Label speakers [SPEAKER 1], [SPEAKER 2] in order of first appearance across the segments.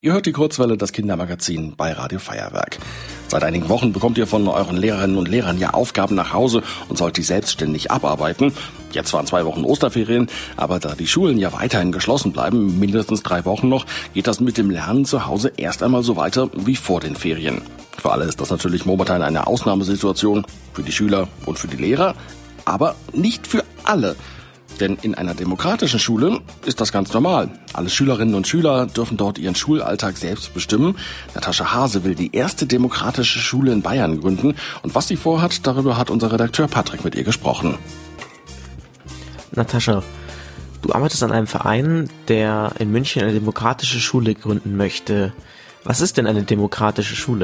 [SPEAKER 1] Ihr hört die Kurzwelle, das Kindermagazin bei Radio Feuerwerk. Seit einigen Wochen bekommt ihr von euren Lehrerinnen und Lehrern ja Aufgaben nach Hause und sollt die selbstständig abarbeiten. Jetzt waren 2 Wochen Osterferien, aber da die Schulen ja weiterhin geschlossen bleiben, mindestens 3 Wochen noch, geht das mit dem Lernen zu Hause erst einmal so weiter wie vor den Ferien. Für alle ist das natürlich momentan eine Ausnahmesituation, für die Schüler und für die Lehrer, aber nicht für alle. Denn in einer demokratischen Schule ist das ganz normal. Alle Schülerinnen und Schüler dürfen dort ihren Schulalltag selbst bestimmen. Natascha Hase will die erste demokratische Schule in Bayern gründen. Und was sie vorhat, darüber hat unser Redakteur Patrick mit ihr gesprochen.
[SPEAKER 2] Natascha, du arbeitest an einem Verein, der in München eine demokratische Schule gründen möchte. Was ist denn eine demokratische Schule?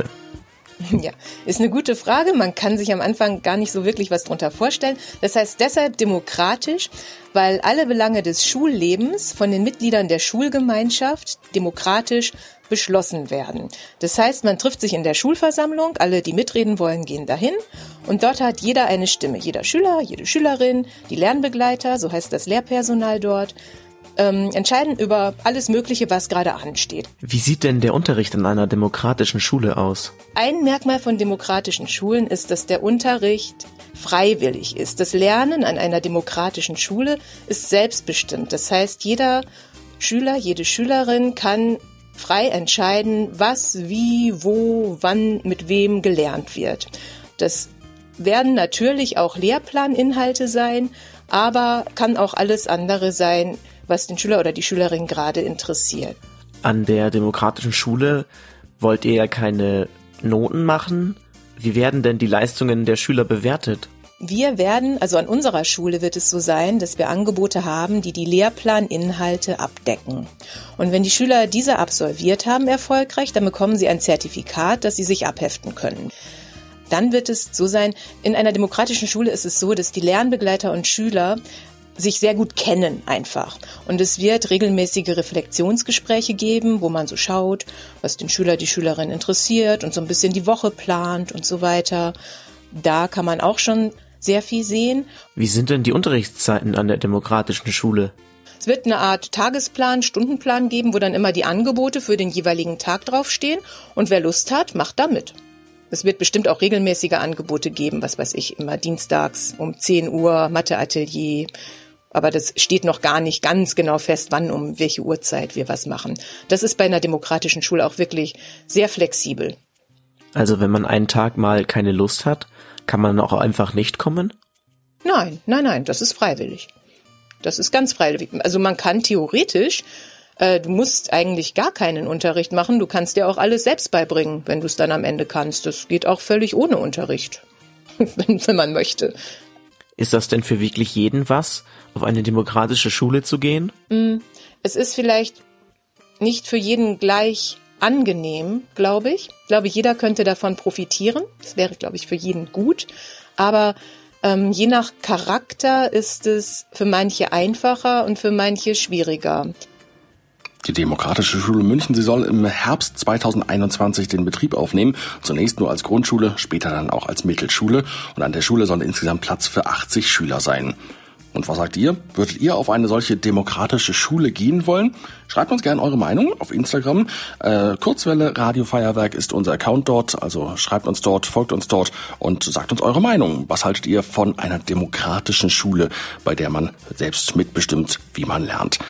[SPEAKER 3] Ja, ist eine gute Frage. Man kann sich am Anfang gar nicht so wirklich was drunter vorstellen. Das heißt deshalb demokratisch, weil alle Belange des Schullebens von den Mitgliedern der Schulgemeinschaft demokratisch beschlossen werden. Das heißt, man trifft sich in der Schulversammlung, alle, die mitreden wollen, gehen dahin und dort hat jeder eine Stimme. Jeder Schüler, jede Schülerin, die Lernbegleiter, so heißt das Lehrpersonal dort, entscheiden über alles Mögliche, was gerade ansteht.
[SPEAKER 2] Wie sieht denn der Unterricht in einer demokratischen Schule aus?
[SPEAKER 3] Ein Merkmal von demokratischen Schulen ist, dass der Unterricht freiwillig ist. Das Lernen an einer demokratischen Schule ist selbstbestimmt. Das heißt, jeder Schüler, jede Schülerin kann frei entscheiden, was, wie, wo, wann, mit wem gelernt wird. Das werden natürlich auch Lehrplaninhalte sein, aber kann auch alles andere sein, was den Schüler oder die Schülerin gerade interessiert.
[SPEAKER 2] An der demokratischen Schule wollt ihr ja keine Noten machen. Wie werden denn die Leistungen der Schüler bewertet?
[SPEAKER 3] Wir werden, also an unserer Schule wird es so sein, dass wir Angebote haben, die die Lehrplaninhalte abdecken. Und wenn die Schüler diese absolviert haben erfolgreich, dann bekommen sie ein Zertifikat, das sie sich abheften können. Dann wird es so sein, in einer demokratischen Schule ist es so, dass die Lernbegleiter und Schüler sich sehr gut kennen einfach. Und es wird regelmäßige Reflexionsgespräche geben, wo man so schaut, was den Schüler, die Schülerin interessiert und so ein bisschen die Woche plant und so weiter. Da kann man auch schon sehr viel sehen.
[SPEAKER 2] Wie sind denn die Unterrichtszeiten an der demokratischen Schule?
[SPEAKER 3] Es wird eine Art Tagesplan, Stundenplan geben, wo dann immer die Angebote für den jeweiligen Tag draufstehen. Und wer Lust hat, macht da mit. Es wird bestimmt auch regelmäßige Angebote geben, was weiß ich, immer dienstags um 10 Uhr, Matheatelier. Aber das steht noch gar nicht ganz genau fest, wann, um welche Uhrzeit wir was machen. Das ist bei einer demokratischen Schule auch wirklich sehr flexibel.
[SPEAKER 2] Also wenn man einen Tag mal keine Lust hat, kann man auch einfach nicht kommen?
[SPEAKER 3] Nein, das ist freiwillig. Das ist ganz freiwillig. Also man kann theoretisch, du musst eigentlich gar keinen Unterricht machen, du kannst dir auch alles selbst beibringen, wenn du es dann am Ende kannst. Das geht auch völlig ohne Unterricht, wenn man möchte.
[SPEAKER 2] Ist das denn für wirklich jeden was, auf eine demokratische Schule zu gehen?
[SPEAKER 3] Es ist vielleicht nicht für jeden gleich angenehm, glaube ich. Ich glaube, jeder könnte davon profitieren. Das wäre, glaube ich, für jeden gut. Aber je nach Charakter ist es für manche einfacher und für manche schwieriger.
[SPEAKER 1] Die Demokratische Schule München, sie soll im Herbst 2021 den Betrieb aufnehmen. Zunächst nur als Grundschule, später dann auch als Mittelschule. Und an der Schule soll insgesamt Platz für 80 Schüler sein. Und was sagt ihr? Würdet ihr auf eine solche demokratische Schule gehen wollen? Schreibt uns gerne eure Meinung auf Instagram. Kurzwelle Radio Feuerwerk ist unser Account dort. Also schreibt uns dort, folgt uns dort und sagt uns eure Meinung. Was haltet ihr von einer demokratischen Schule, bei der man selbst mitbestimmt, wie man lernt?